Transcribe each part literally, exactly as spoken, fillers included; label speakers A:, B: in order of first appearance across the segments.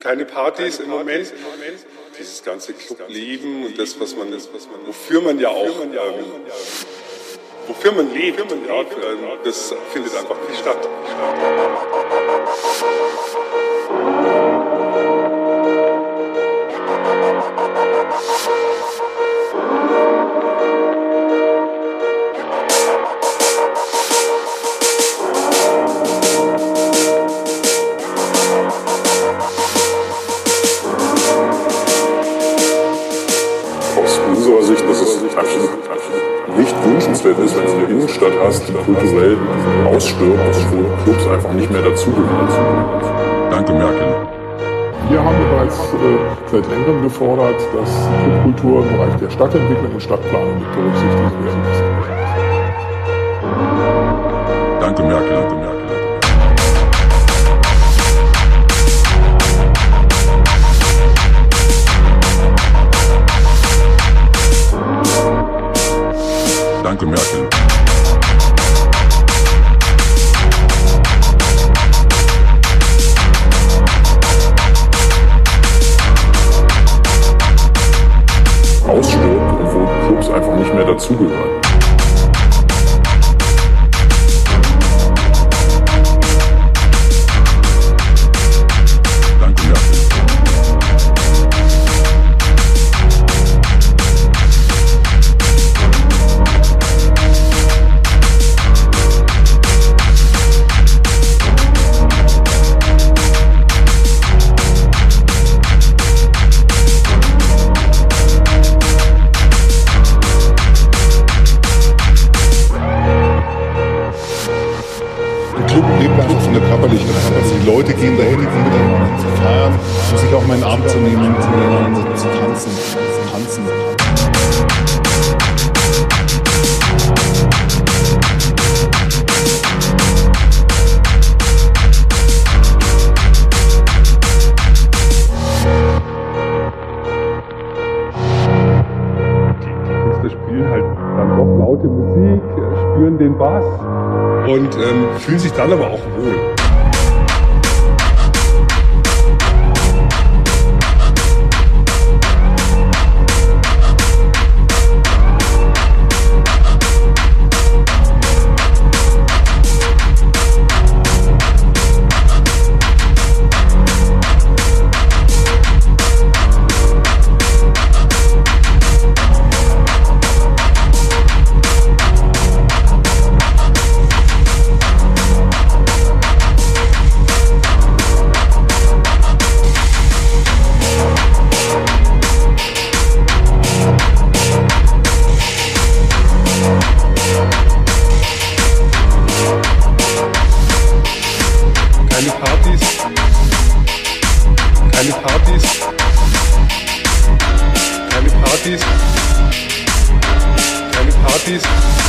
A: Keine Partys im Moment. Dieses ganze Clubleben und das, was man, das, was man, wofür man ja auch, ähm, wofür man lebt, ja, das findet einfach nicht statt.
B: Dass es absolut nicht wünschenswert ist, wenn du eine Innenstadt hast, die kulturell ausstirbt, wo Clubs einfach nicht mehr dazugehören. Danke, Merkel.
C: Wir haben bereits äh, seit längerem gefordert, dass die Clubkultur im Bereich der Stadtentwicklung und Stadtplanung mit berücksichtigt werden muss.
B: Danke, Merkel. Danke, Merkel. Danke, Merkel. Ausstirbt, obwohl Clubs einfach nicht mehr dazugehören. Danke, Merkel.
C: Club lebt einfach von der Körperlichkeit. Also die Leute gehen dahin, um miteinander zu feiern, um sich auch mal in den Arm zu nehmen, miteinander zu tanzen, zu tanzen.
A: Die Künstler spielen halt dann doch laute Musik, spüren den Bass und ähm, fühlen sich dann aber auch wohl. Keine Partys, keine Partys, keine Partys, keine Partys,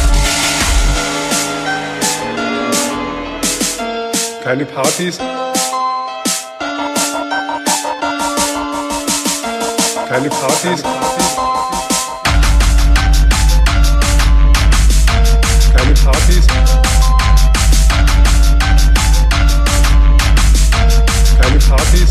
A: keine Partys, keine Partys, keine Partys. Keine Partys.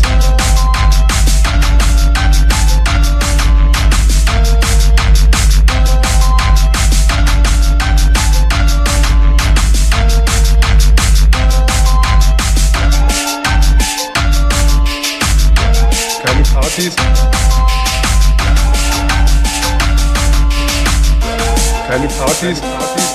A: Keine Partys. Keine Partys.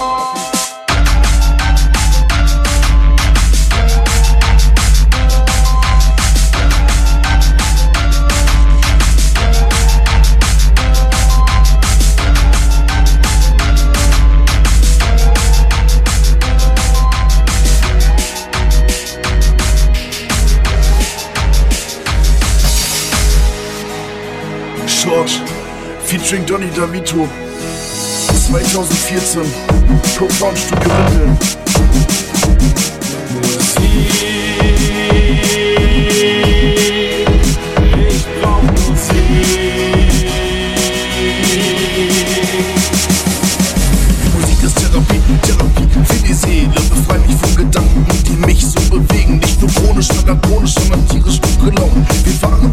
D: Short, featuring Donny Davito, zwanzig vierzehn, Profoundstücke Windeln. Musik, ich brauch Musik. Musik ist Therapie, Therapie für die Seele, befreit mich von Gedanken, die mich so bewegen. Nicht nur chronisch, sondern chronisch, sondern tierisch gut gelaunt. Wir fahren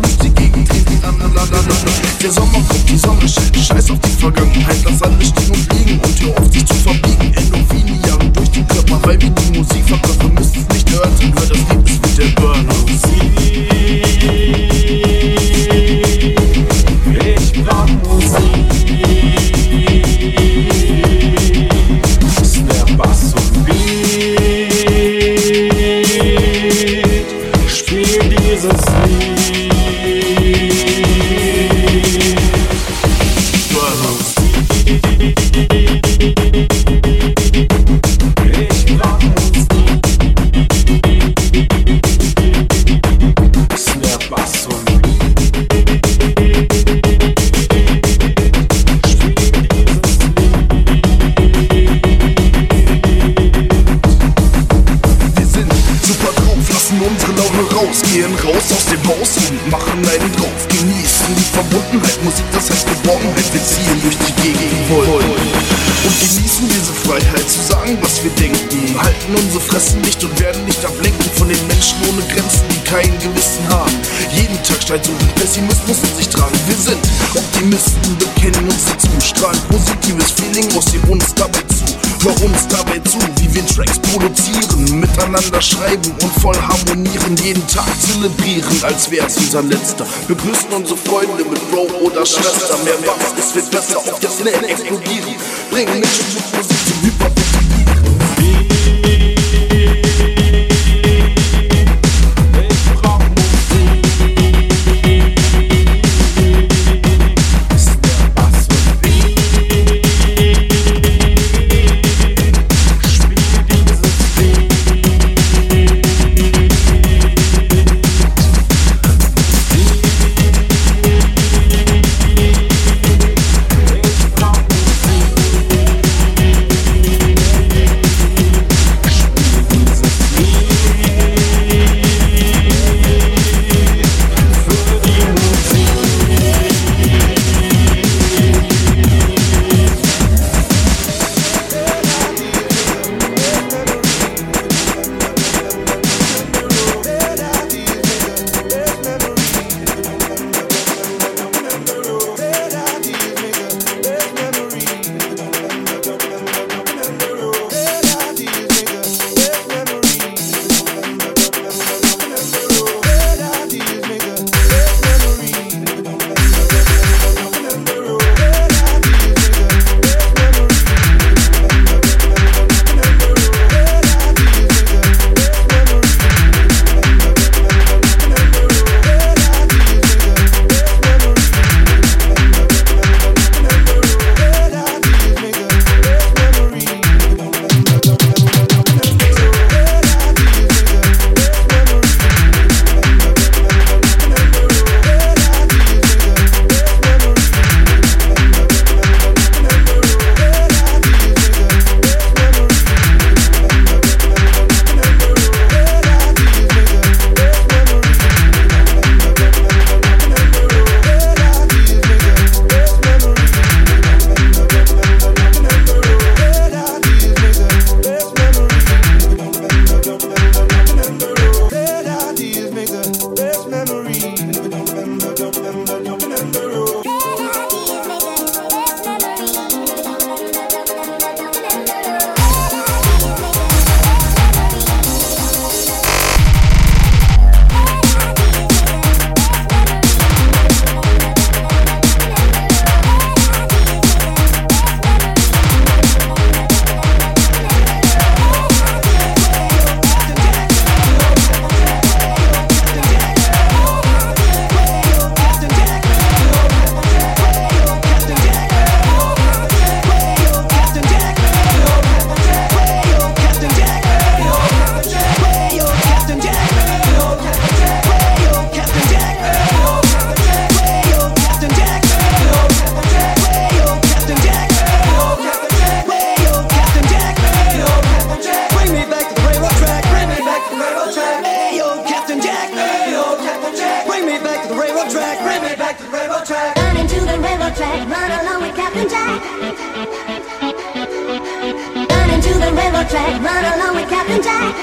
D: machen einen drauf, genießen die Verbundenheit. Musik, das heißt Geborgenheit, wir ziehen durch die Gegend wollen und genießen diese Freiheit zu sagen, was wir denken. Halten unsere Fressen dicht und werden nicht ablenken von den Menschen ohne Grenzen, die kein Gewissen haben. Jeden Tag Streit suchen, Pessimismus in sich tragen. Wir sind Optimisten, bekennen uns dazu, strahlen positives Feeling aus dem uns dabei zu. Hör uns dabei zu, wie wir Tracks produzieren, miteinander schreiben und voll harmonieren, jeden Tag zelebrieren, als wär's unser letzter. Wir grüßen unsere Freunde mit Bro oder Schwester. Mehr Bass, es wird besser, auf der Snare explodieren. Bringen Menschen mit Musik zum Hyper.
E: Track, run along with Captain Jack.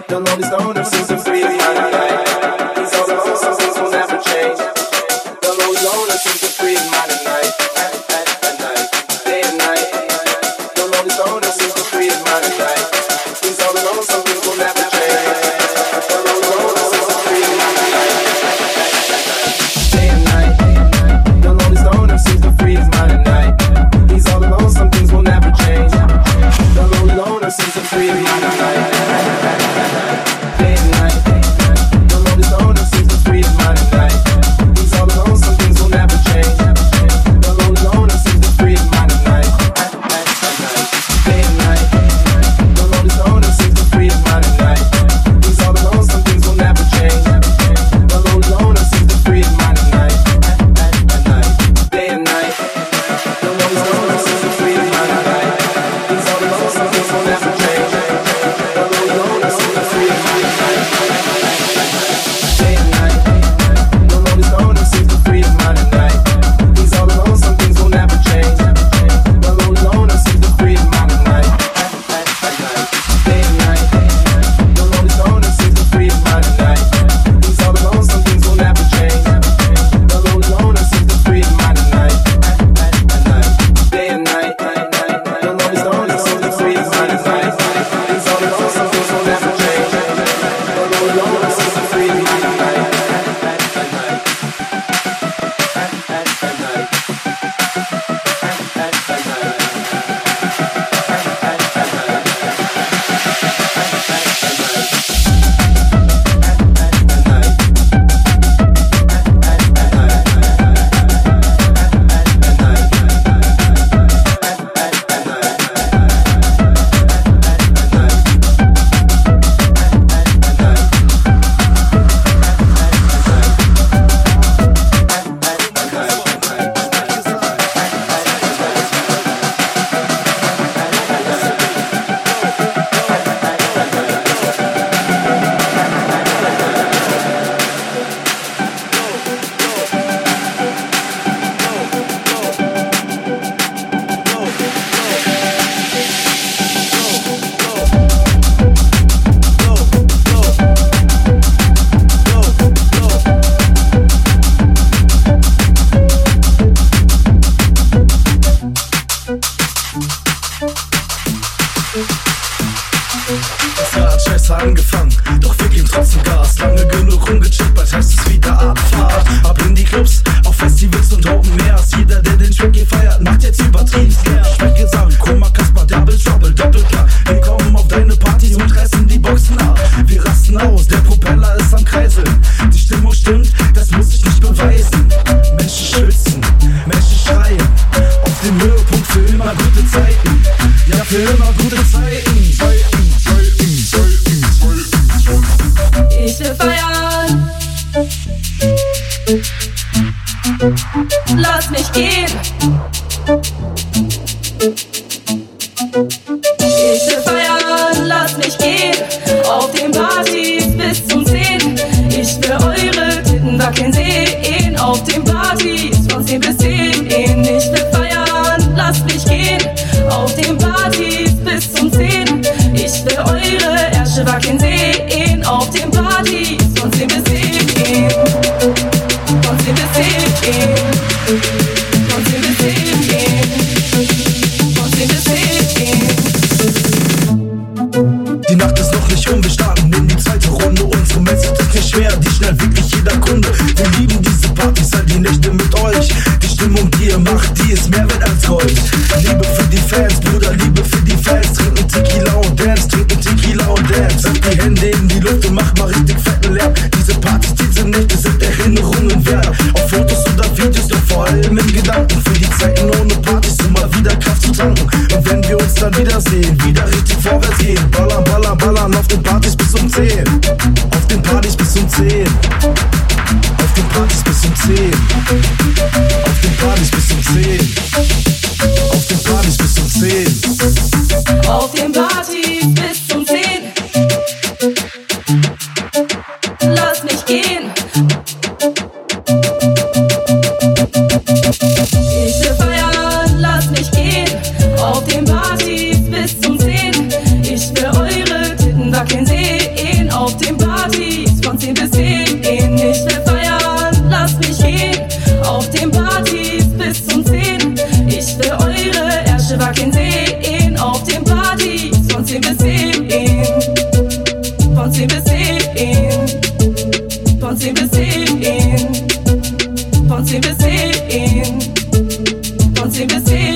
F: Auf den Partys bis zum zehn. Ich will eure Titten wackeln sehen. zehn bis zehn, von zehn bis zehn, von zehn bis zehn, von zehn bis zehn.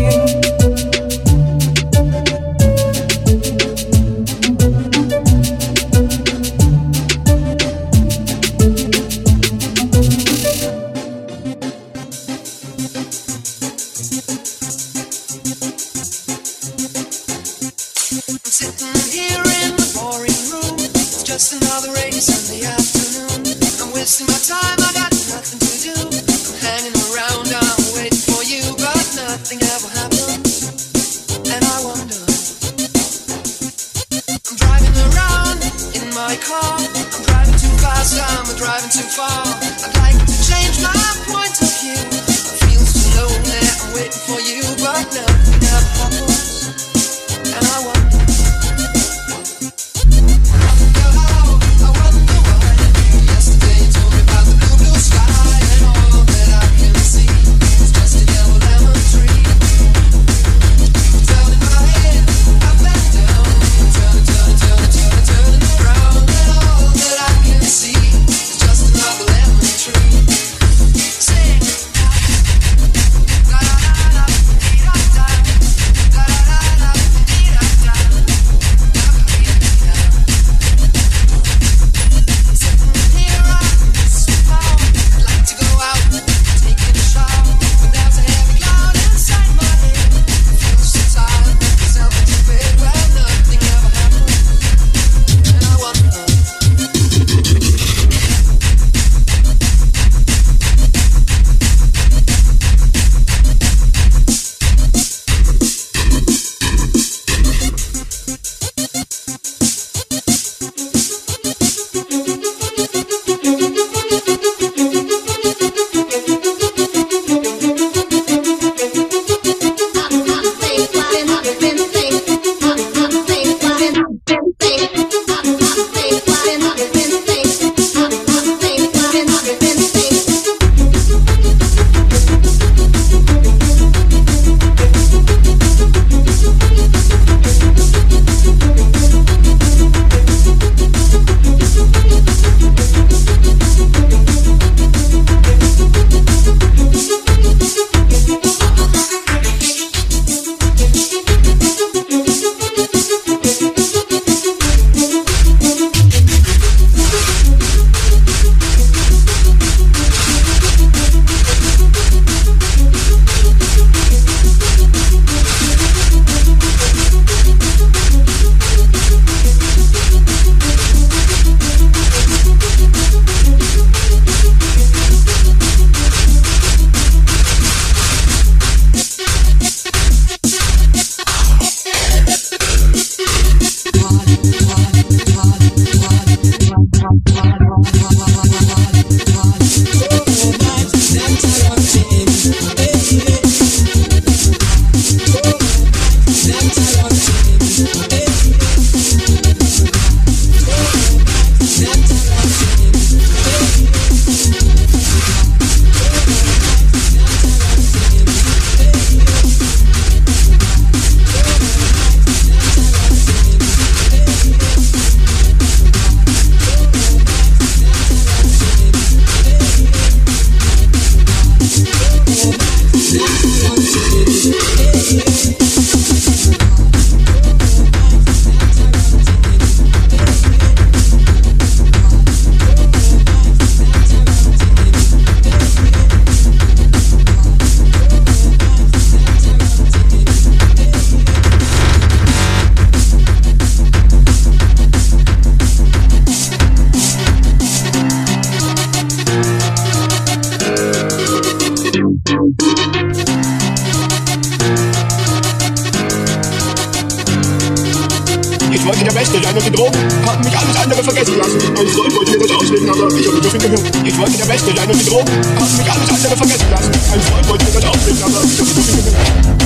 G: Ich wollte der Beste sein und die Drogen haben mich alles andere vergessen lassen. Ein Freund wollte mir das ausreden, aber ich habe nicht hingehört. Ich wollte der Beste sein und die Drogen haben mich alles andere vergessen lassen. Ein Freund wollte mir das ausreden, aber ich habe nicht hingehört.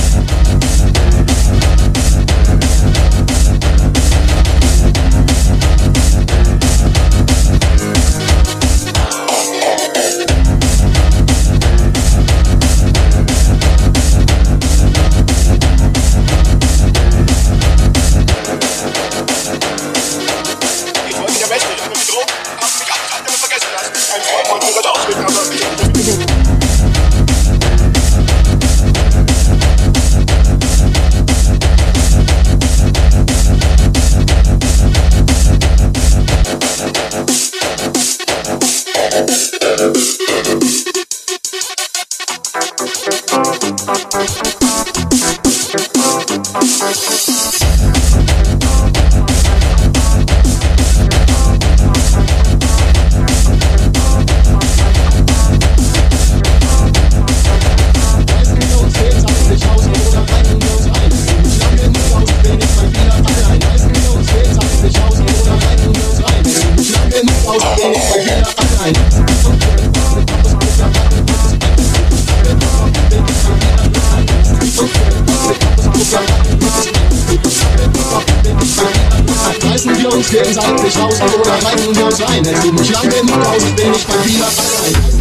G: dich raus oder reißen wir uns rein. Hältst du mich lang genug aus, bin ich mal wieder allein.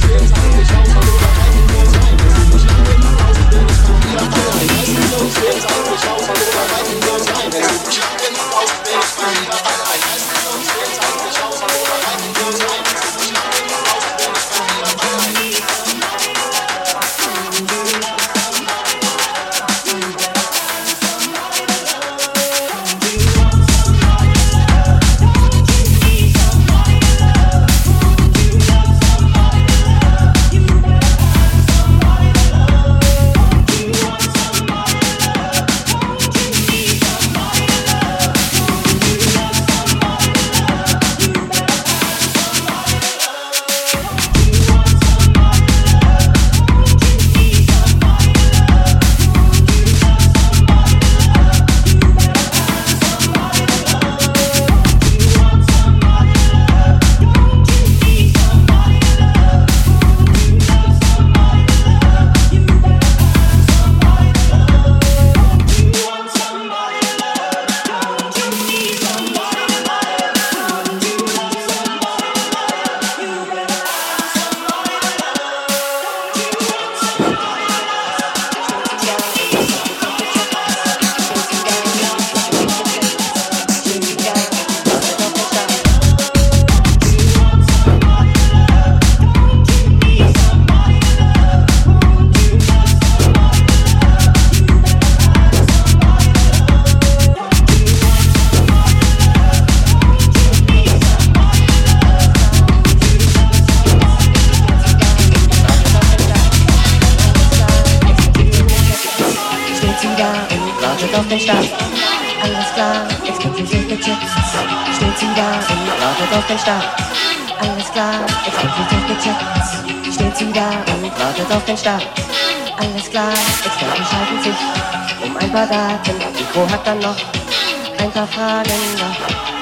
H: auf den Start. Alles klar, explizit gecheckt. Steht sie da und wartet auf den Start. Alles klar, explizit gecheckt. Steht sie da und wartet auf den Start. Alles klar, Experten schalten sich um ein paar Daten. Mikro hat dann noch ein paar Fragen noch.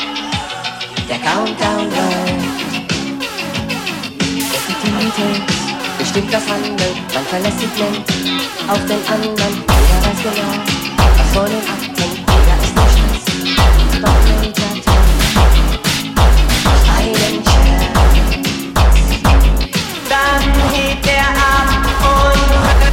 H: Der Countdown läuft. Effektivität bestimmt das Handeln. Man verlässt sich blind auf den anderen. Jeder weiß genau, was vor den Akten. Jeder ist der Stress, doch nicht der Tag. Einen Scherz, dann hebt er ab und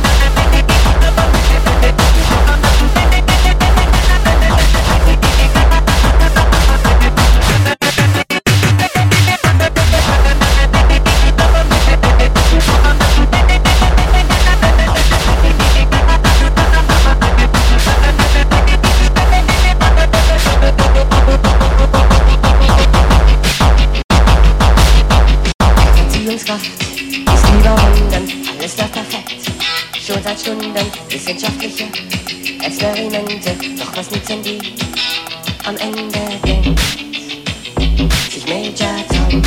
H: ist überwunden, alles läuft perfekt. Schon seit Stunden wissenschaftliche Experimente. Doch was nützen die am Ende denkt sich Major Tom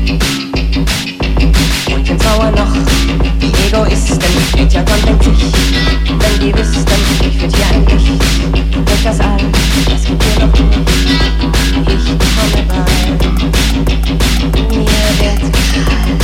H: und den Bauer noch die Egoisten. Major Tom denkt sich, wenn die wüssten, ich führt hier eigentlich durch das All. Das gibt mir noch gut, ich komme bald. Mir wird kalt.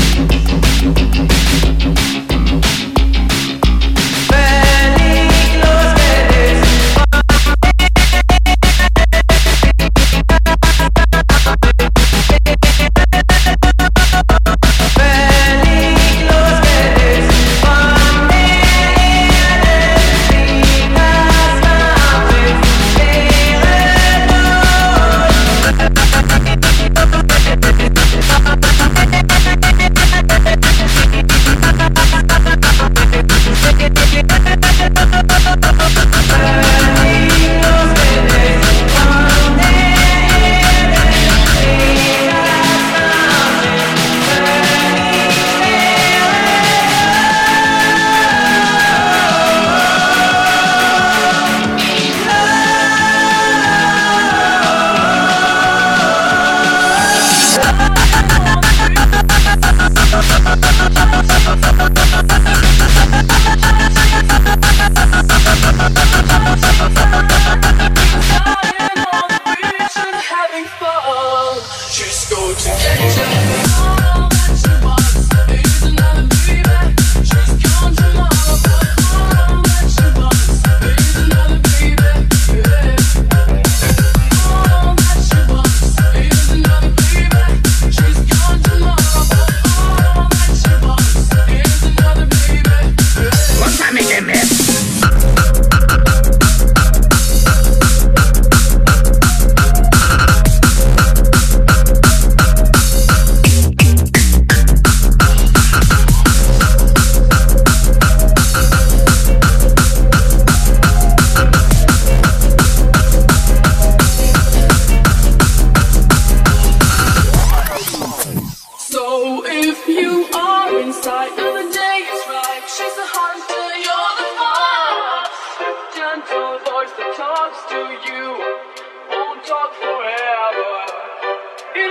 I: Is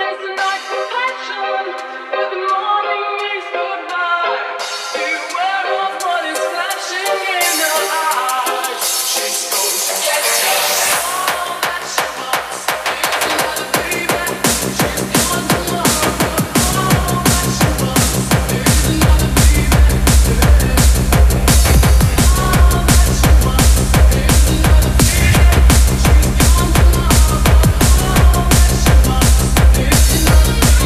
I: Another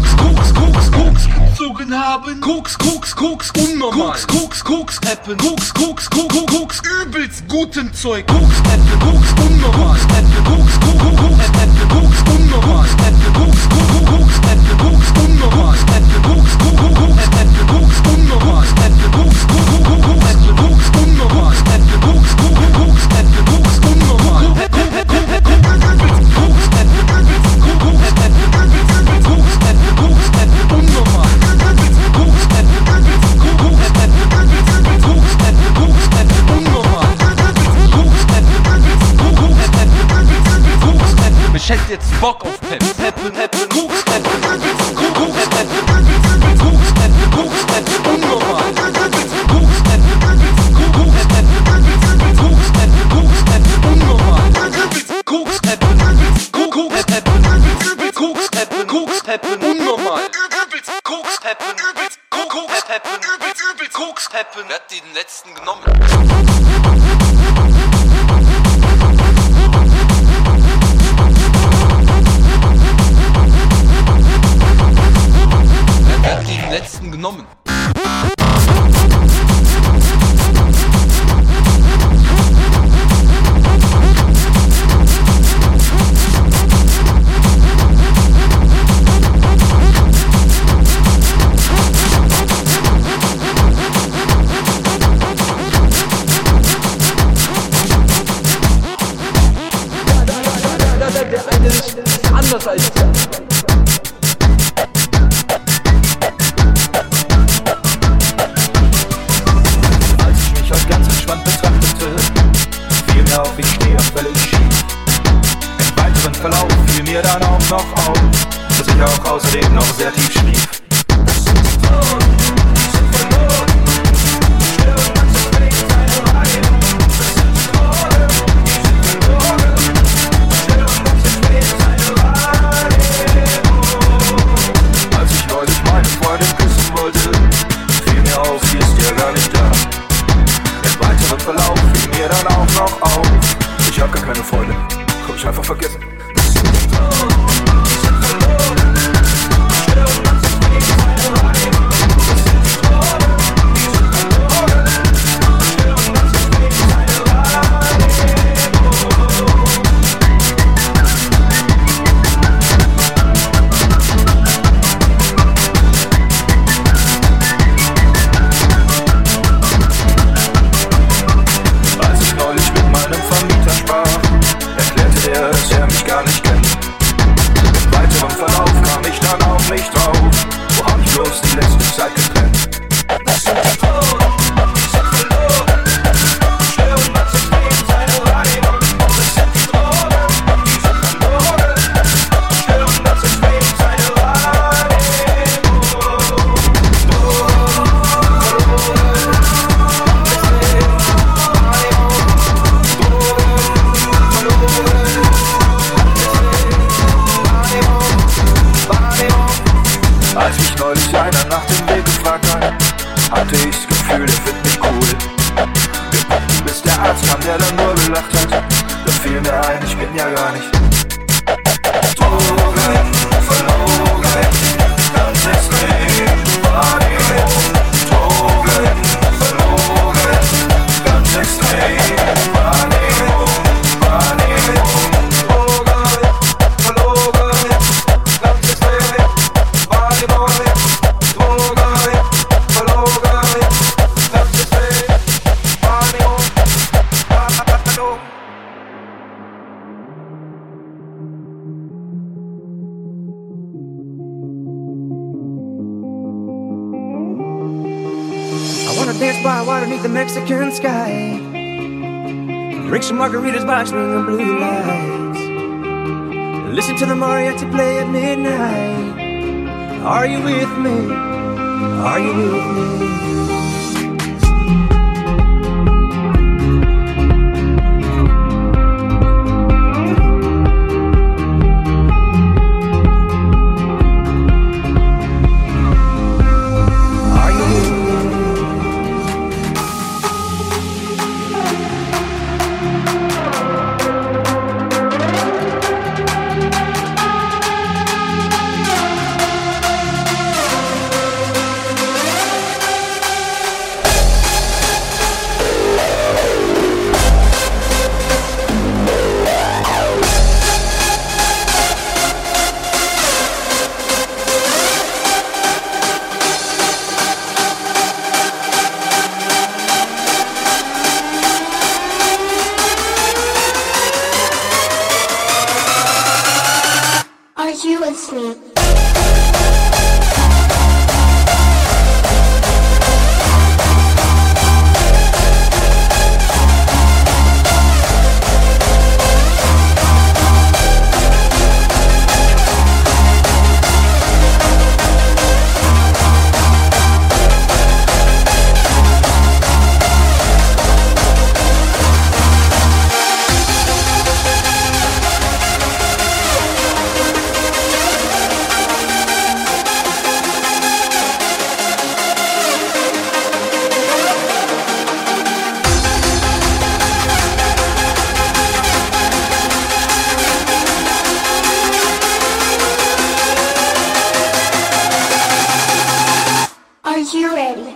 J: haben? Koks, Koks, Koks, unnormal. Koks, Koks, Koks, Appen. Koks, Koks, Koks, Koks, übelst guten Zeug. Koks, Appen, Koks, unnormal. Koks, Appen, Koks, Koks, Koks, Appen, Koks, unnormal. Appen, Koks, Koks, Koks, Appen, Koks, unnormal. Appen, Koks, Koks, Koks, Appen, Koks, unnormal. Appen, Koks, Koks, Koks, Appen, Koks, unnormal. Appen, Koks, Koks, Koks, Appen, Koks, unnormal. Ich hätte jetzt Bock auf Pep. Peppen, Peppen, Koks, Peppen, Koks, Peppen, Koks, Peppen, Koks, Peppen, unnormal. Koks, Peppen, Koks, Peppen, Koks, Peppen, Koks, Peppen, unnormal. Koks, Peppen, Koks, Peppen, Koks, Peppen, Koks, Peppen, unnormal. Koks, Peppen, Koks, Peppen, Koks, Peppen. Wer hat den letzten genommen? Wer hat den letzten genommen? Der eine ist anders als der.
K: Ich stehe völlig schief. Im weiteren Verlauf fiel mir dann auch noch auf, dass ich auch außerdem noch sehr tief schlief. Das sind die Toten, die sind verloren, stören ganzes Leben seine Reihen. Das sind die Toten, die sind verloren, stören ganzes Leben seine Reihen. Als ich neulich meine Freundin küssen wollte, fiel mir auf, sie ist ja gar nicht da. Im weiteren Verlauf fiel mir dann auch noch auf, ich hab gar keine Freunde, hab ich einfach vergessen. Das sind die Toten, die sind verloren, stören ganzes Leben seine Reihen. Das sind die Toten, die sind verloren, stören ganzes Leben seine Als ich neulich mit meinem Vermieter sprach, erklärte er, dass er mich gar nicht kennt. Im weiteren Verlauf kam ich dann auch nicht drauf, wo hab ich bloß die letzte Zeit getrennt. Das sind die Toten, die sind verloren, stören ganzes Leben seine Reihen. Das sind die Toten, die sind verloren, stören ganzes Leben seine Reihen. Als mich neulich einer nach dem Weg gefragt hat, hatte ich das Gefühl, er findet mich cool. Wir packten, bis der Arzt kam, der dann nur gelacht hat. Da fiel mir ein, ich bin ja gar nicht Drogen, verlogen, ganzes Leben wahrnehmen. Drogen, verlogen, ganzes Leben wahrnehmen, wahrnehmen. Drogen, verlogen, ganzes Leben.
L: I wanna dance by water beneath the Mexican sky, drink some margaritas by swinging blue lights, listen to the mariachi play at midnight. Are you with me? Are you with me?
E: you ready?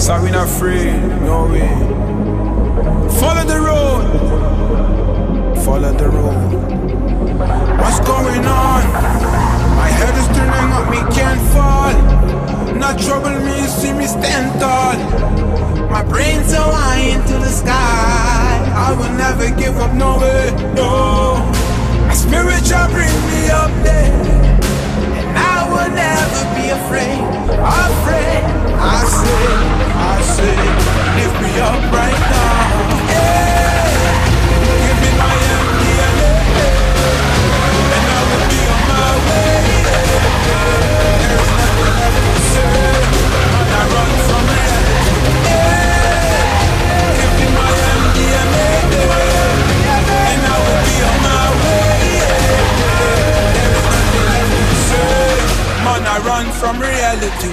M: So we not free, no way. Follow the road, follow the road. What's going on? My head is turning up, me can't fall. Not trouble me, you see me stand tall. My brain's so high into the sky. I will never give up, no way, no. My spirit shall bring me up there, and I will never be afraid, afraid. I say, I say, lift me up right now. Yeah. Give me my M D N A, and I will be on my way. There's nothing left to say when I run from reality. Yeah. Give me my M D N A, and I will be on my way. There's nothing left to say when I run from reality.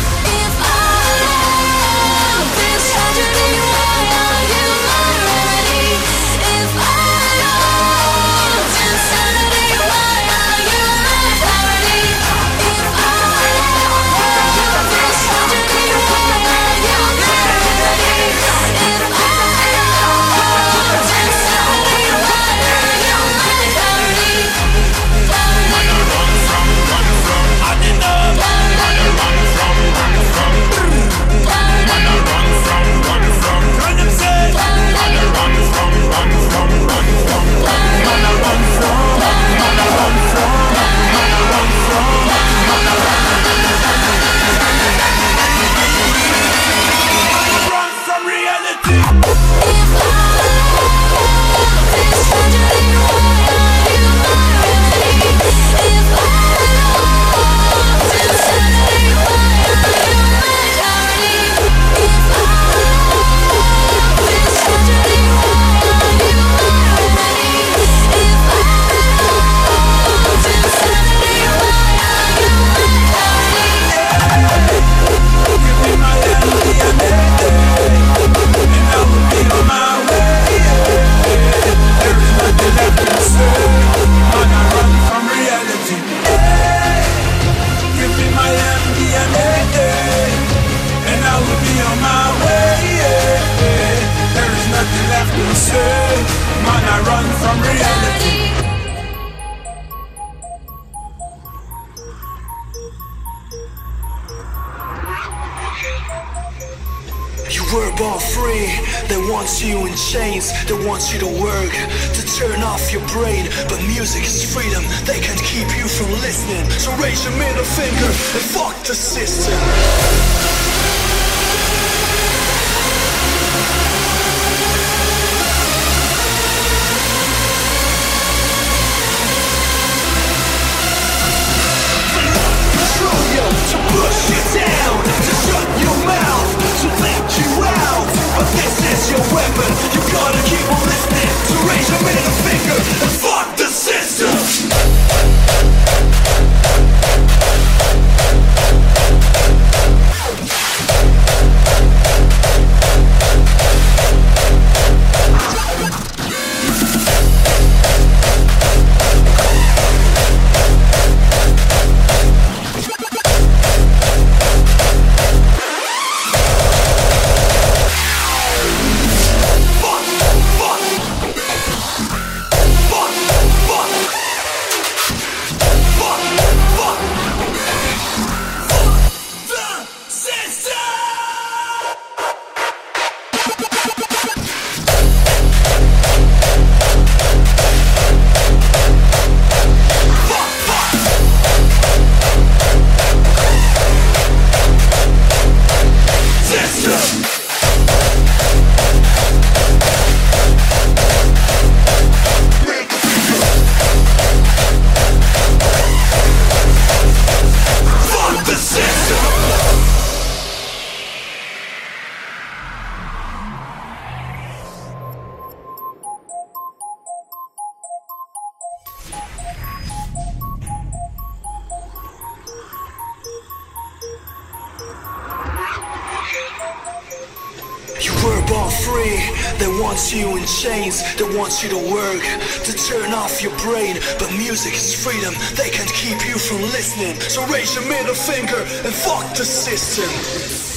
D: They want you in chains, they want you to work, to turn off your brain. But music is freedom, they can't keep you from listening. So raise your middle finger and fuck the system.